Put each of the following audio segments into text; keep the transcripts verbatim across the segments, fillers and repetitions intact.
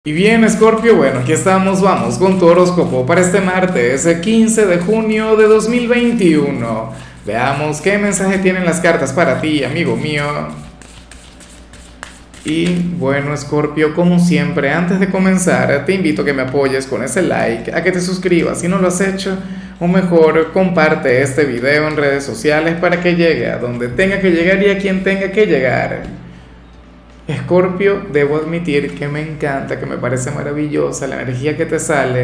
Y bien, Escorpio, bueno, aquí estamos, vamos con tu horóscopo para este martes, el quince de junio de dos mil veintiuno. Veamos qué mensaje tienen las cartas para ti, amigo mío. Y bueno, Escorpio, como siempre, antes de comenzar, te invito a que me apoyes con ese like, a que te suscribas si no lo has hecho, o mejor, comparte este video en redes sociales para que llegue a donde tenga que llegar y a quien tenga que llegar. Escorpio, debo admitir que me encanta, que me parece maravillosa la energía que te sale.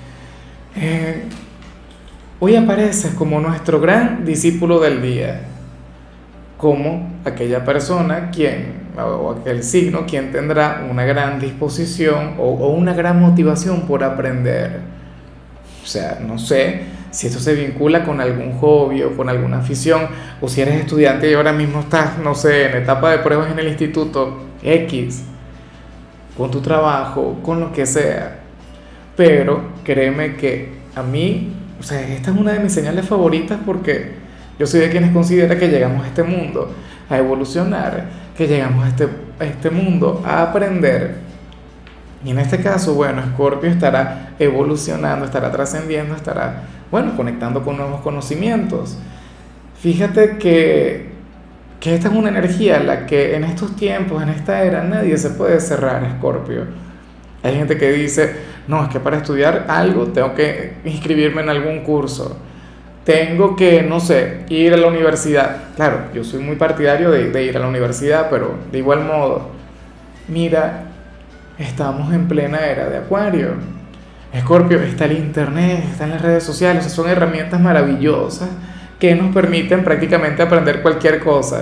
Eh, Hoy apareces como nuestro gran discípulo del día, como aquella persona quien, o aquel signo, quien tendrá una gran disposición o, o una gran motivación por aprender. O sea, no sé si esto se vincula con algún hobby o con alguna afición, o si eres estudiante y ahora mismo estás, no sé, en etapa de pruebas en el instituto X, con tu trabajo, con lo que sea. Pero créeme que a mí, o sea, esta es una de mis señales favoritas porque yo soy de quienes considera que llegamos a este mundo a evolucionar, que llegamos a este, a este mundo a aprender. Y en este caso, bueno, Escorpio estará evolucionando, estará trascendiendo, estará, bueno, conectando con nuevos conocimientos. Fíjate que, que esta es una energía en la que en estos tiempos, en esta era, nadie se puede cerrar, Escorpio. Hay gente que dice, no, es que para estudiar algo tengo que inscribirme en algún curso. Tengo que, no sé, ir a la universidad. Claro, yo soy muy partidario de, de ir a la universidad, pero de igual modo, mira, estamos en plena era de Acuario. Escorpio, está el internet, están las redes sociales, o sea, son herramientas maravillosas que nos permiten prácticamente aprender cualquier cosa.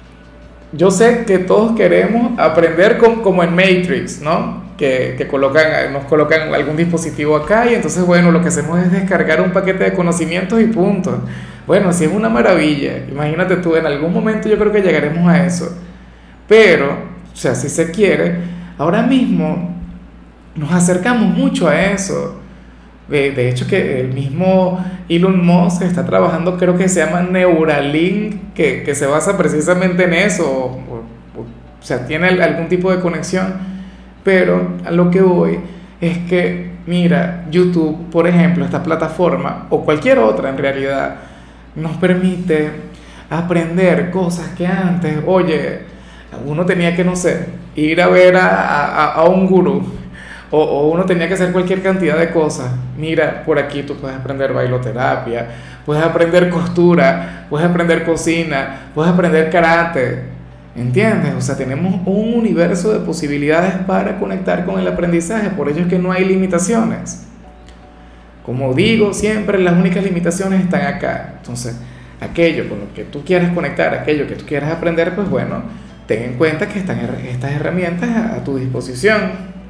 Yo sé que todos queremos aprender com- como en Matrix, ¿no? Que, que colocan, nos colocan algún dispositivo acá y entonces, bueno, lo que hacemos es descargar un paquete de conocimientos y punto. Bueno, sí es una maravilla. Imagínate tú, en algún momento yo creo que llegaremos a eso. Pero, o sea, si se quiere, ahora mismo nos acercamos mucho a eso. De, de hecho, que el mismo Elon Musk está trabajando, creo que se llama Neuralink, que, que se basa precisamente en eso. O, o, o sea, tiene algún tipo de conexión. Pero a lo que voy es que, mira, YouTube, por ejemplo, esta plataforma, o cualquier otra en realidad, nos permite aprender cosas que antes, oye, uno tenía que, no sé, ir a ver a, a, a un gurú, o, o uno tenía que hacer cualquier cantidad de cosas. Mira, por aquí tú puedes aprender bailoterapia, puedes aprender costura, puedes aprender cocina, puedes aprender karate. ¿Entiendes? O sea, tenemos un universo de posibilidades para conectar con el aprendizaje, por ello es que no hay limitaciones. Como digo siempre, las únicas limitaciones están acá. Entonces, aquello con lo que tú quieras conectar, aquello que tú quieras aprender, pues bueno, ten en cuenta que están estas herramientas a, a tu disposición.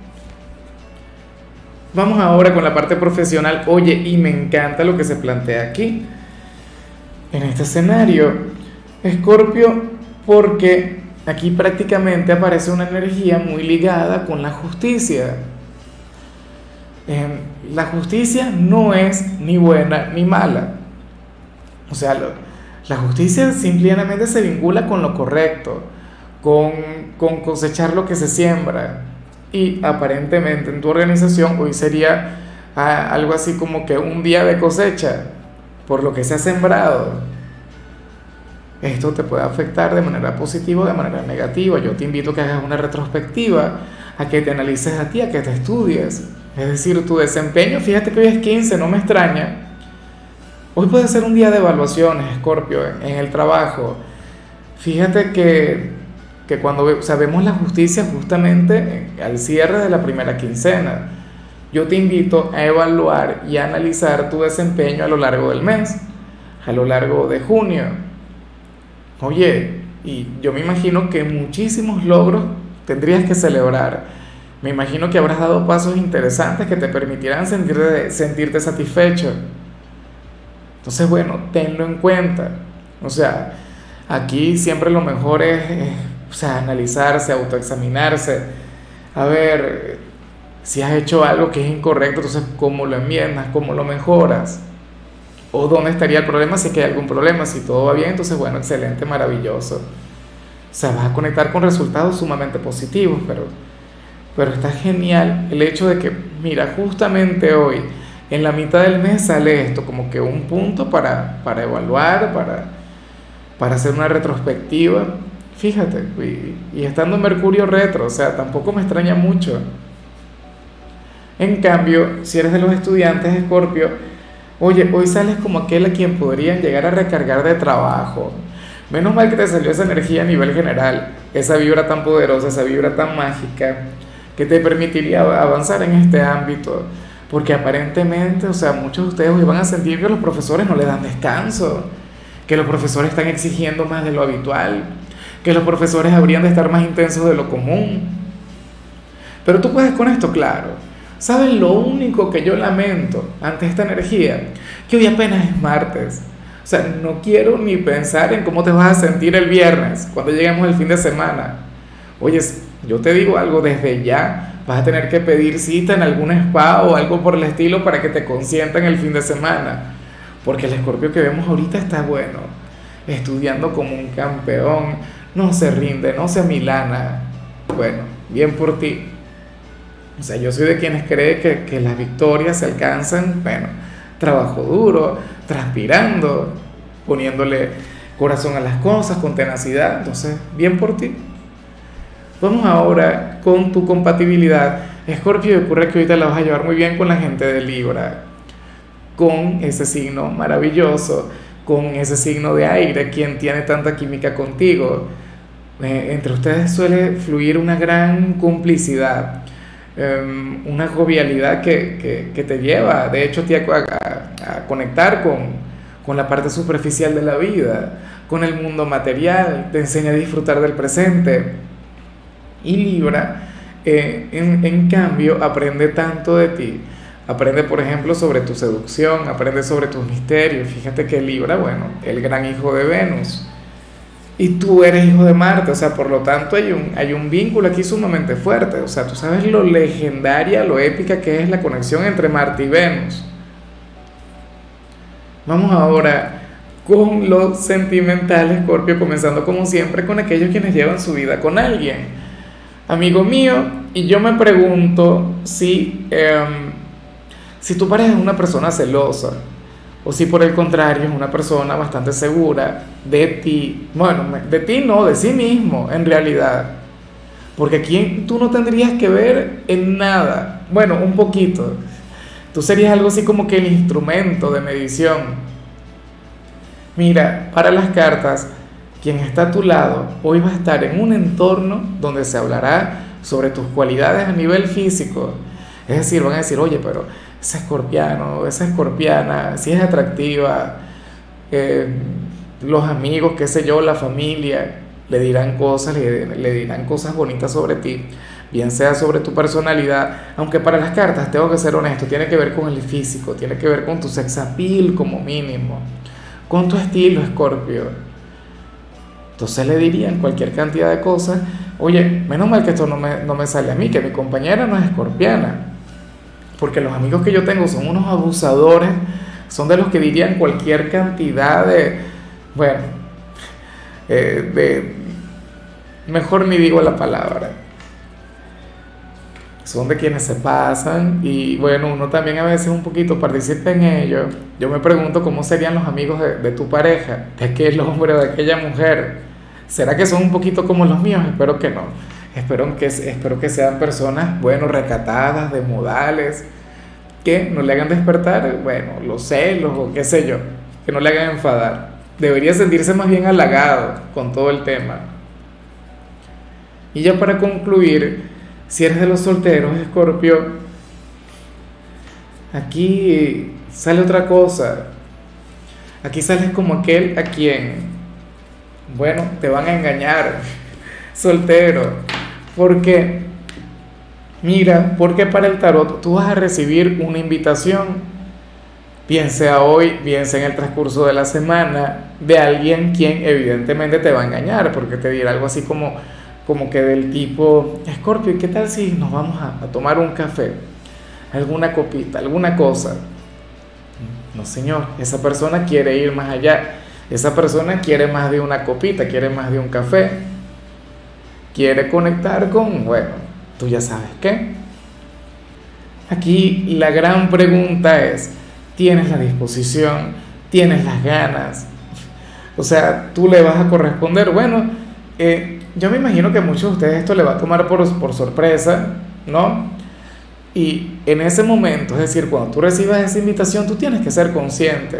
Vamos ahora con la parte profesional. Oye, y me encanta lo que se plantea aquí, en este escenario, Escorpio, porque aquí prácticamente aparece una energía muy ligada con la justicia. Eh, la justicia no es ni buena ni mala. O sea, lo- la justicia simplemente se vincula con lo correcto, con, con cosechar lo que se siembra. Y aparentemente en tu organización hoy sería ah, algo así como que un día de cosecha por lo que se ha sembrado. Esto te puede afectar de manera positiva o de manera negativa. Yo te invito a que hagas una retrospectiva, a que te analices a ti, a que te estudies. Es decir, tu desempeño, fíjate que hoy es quince, no me extraña. Hoy puede ser un día de evaluaciones, Escorpio, en, en el trabajo. Fíjate que, que cuando ve- o sea, vemos la justicia justamente eh, al cierre de la primera quincena, yo te invito a evaluar y a analizar tu desempeño a lo largo del mes, a lo largo de junio. Oye, y yo me imagino que muchísimos logros tendrías que celebrar. Me imagino que habrás dado pasos interesantes que te permitirán sentirte, sentirte satisfecho. Entonces, bueno, tenlo en cuenta. O sea, aquí siempre lo mejor es, eh, o sea, analizarse, autoexaminarse. A ver, si has hecho algo que es incorrecto, entonces, ¿cómo lo enmiendas? ¿Cómo lo mejoras? O dónde estaría el problema si es que hay algún problema. Si todo va bien, entonces bueno, excelente, maravilloso. O sea, vas a conectar con resultados sumamente positivos, pero, pero está genial el hecho de que, mira, justamente hoy, en la mitad del mes sale esto, como que un punto para, para evaluar, para, para hacer una retrospectiva. Fíjate, y, y estando Mercurio retro, o sea, tampoco me extraña mucho. En cambio, si eres de los estudiantes de Escorpio, oye, hoy sales como aquel a quien podrían llegar a recargar de trabajo. Menos mal que te salió esa energía a nivel general, esa vibra tan poderosa, esa vibra tan mágica, que te permitiría avanzar en este ámbito. Porque aparentemente, o sea, muchos de ustedes hoy van a sentir que los profesores no le dan descanso, que los profesores están exigiendo más de lo habitual, que los profesores habrían de estar más intensos de lo común. Pero tú puedes con esto, claro. ¿Saben lo único que yo lamento ante esta energía? Que hoy apenas es martes. O sea, no quiero ni pensar en cómo te vas a sentir el viernes, cuando lleguemos el fin de semana. Oye, yo te digo algo, desde ya vas a tener que pedir cita en algún spa o algo por el estilo para que te consientan el fin de semana. Porque el Escorpio que vemos ahorita está bueno, estudiando como un campeón, no se rinde, no se amilana. Bueno, bien por ti. O sea, yo soy de quienes creen que, que las victorias se alcanzan, bueno, trabajo duro, transpirando, poniéndole corazón a las cosas, con tenacidad. Entonces, bien por ti. Vamos ahora con tu compatibilidad. Escorpio, y ocurre que ahorita la vas a llevar muy bien con la gente de Libra, con ese signo maravilloso, con ese signo de aire, quien tiene tanta química contigo. Eh, entre ustedes suele fluir una gran complicidad, eh, una jovialidad que, que, que te lleva, de hecho, te a, a, a conectar con, con la parte superficial de la vida, con el mundo material, te enseña a disfrutar del presente. Y Libra, eh, en, en cambio, aprende tanto de ti. Aprende, por ejemplo, sobre tu seducción, aprende sobre tus misterios. Fíjate que Libra, bueno, el gran hijo de Venus. Y tú eres hijo de Marte, o sea, por lo tanto hay un, hay un vínculo aquí sumamente fuerte. O sea, tú sabes lo legendaria, lo épica que es la conexión entre Marte y Venus. Vamos ahora con lo sentimental, Escorpio, comenzando como siempre con aquellos quienes llevan su vida con alguien. Amigo mío, y yo me pregunto si, eh, si tu pareja es una persona celosa, o si por el contrario es una persona bastante segura de ti. Bueno, de ti no, de sí mismo, en realidad. Porque aquí tú no tendrías que ver en nada. Bueno, un poquito. Tú serías algo así como que el instrumento de medición. Mira, para las cartas, quien está a tu lado hoy va a estar en un entorno donde se hablará sobre tus cualidades a nivel físico. Es decir, van a decir, oye, pero ese escorpiano, esa escorpiana, si es atractiva, eh, los amigos, qué sé yo, la familia, le dirán cosas, le, le dirán cosas bonitas sobre ti, bien sea sobre tu personalidad, aunque para las cartas, tengo que ser honesto, tiene que ver con el físico, tiene que ver con tu sex appeal como mínimo, con tu estilo, Escorpio. Entonces le dirían cualquier cantidad de cosas. Oye, menos mal que esto no me, no me sale a mí, que mi compañera no es escorpiana. Porque los amigos que yo tengo son unos abusadores, son de los que dirían cualquier cantidad de, bueno, eh, de, mejor ni digo la palabra. Son de quienes se pasan y bueno, uno también a veces un poquito participa en ello. Yo me pregunto cómo serían los amigos de, de tu pareja, de aquel hombre o de aquella mujer. ¿Será que son un poquito como los míos? Espero que no. Espero que, espero que sean personas, bueno, recatadas, de modales, que no le hagan despertar, bueno, los celos o qué sé yo, que no le hagan enfadar. Debería sentirse más bien halagado con todo el tema. Y ya para concluir, si eres de los solteros, Escorpio, aquí sale otra cosa. Aquí sales como aquel a quien, bueno, te van a engañar, soltero. Porque, mira, porque para el tarot tú vas a recibir una invitación, bien sea hoy, bien sea en el transcurso de la semana, de alguien quien evidentemente te va a engañar, porque te dirá algo así como, como que del tipo, Escorpio, ¿qué tal si nos vamos a, a tomar un café? Alguna copita, alguna cosa. No, señor, esa persona quiere ir más allá. Esa persona quiere más de una copita, quiere más de un café. Quiere conectar con, bueno, tú ya sabes qué. Aquí la gran pregunta es, ¿tienes la disposición? ¿Tienes las ganas? O sea, tú le vas a corresponder. Bueno, eh, yo me imagino que a muchos de ustedes esto le va a tomar por, por sorpresa, ¿no? Y en ese momento, es decir, cuando tú recibas esa invitación, tú tienes que ser consciente.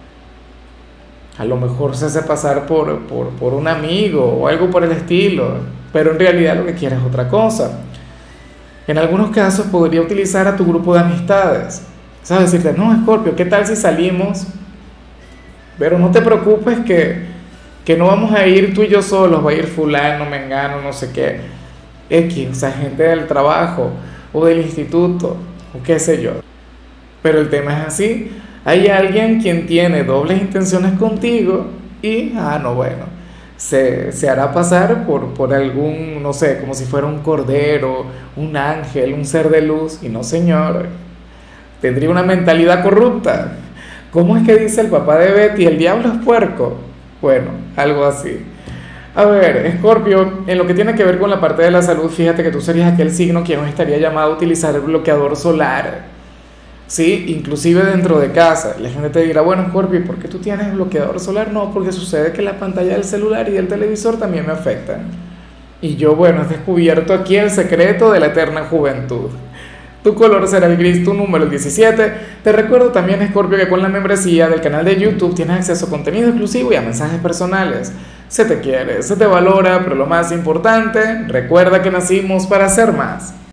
A lo mejor se hace pasar por, por, por un amigo o algo por el estilo, pero en realidad lo que quiere es otra cosa. En algunos casos podría utilizar a tu grupo de amistades. ¿Sabes? Decirte, no, Escorpio, ¿qué tal si salimos? Pero no te preocupes que, que no vamos a ir tú y yo solos, va a ir fulano, mengano, no sé qué. X, o sea, gente del trabajo o del instituto, o qué sé yo. Pero el tema es así. Hay alguien quien tiene dobles intenciones contigo y, ah, no, bueno, se, se hará pasar por, por algún, no sé, como si fuera un cordero, un ángel, un ser de luz, y no, señor, tendría una mentalidad corrupta. ¿Cómo es que dice el papá de Betty, el diablo es puerco? Bueno, algo así. A ver, Escorpio, en lo que tiene que ver con la parte de la salud, fíjate que tú serías aquel signo quien estaría llamado a utilizar el bloqueador solar. Sí, inclusive dentro de casa. La gente te dirá, bueno, Scorpio, ¿por qué tú tienes bloqueador solar? No, porque sucede que la pantalla del celular y del televisor también me afectan. Y yo, bueno, he descubierto aquí el secreto de la eterna juventud. Tu color será el gris, tu número el diecisiete. Te recuerdo también, Scorpio, que con la membresía del canal de YouTube tienes acceso a contenido exclusivo y a mensajes personales. Se te quiere, se te valora, pero lo más importante, recuerda que nacimos para ser más.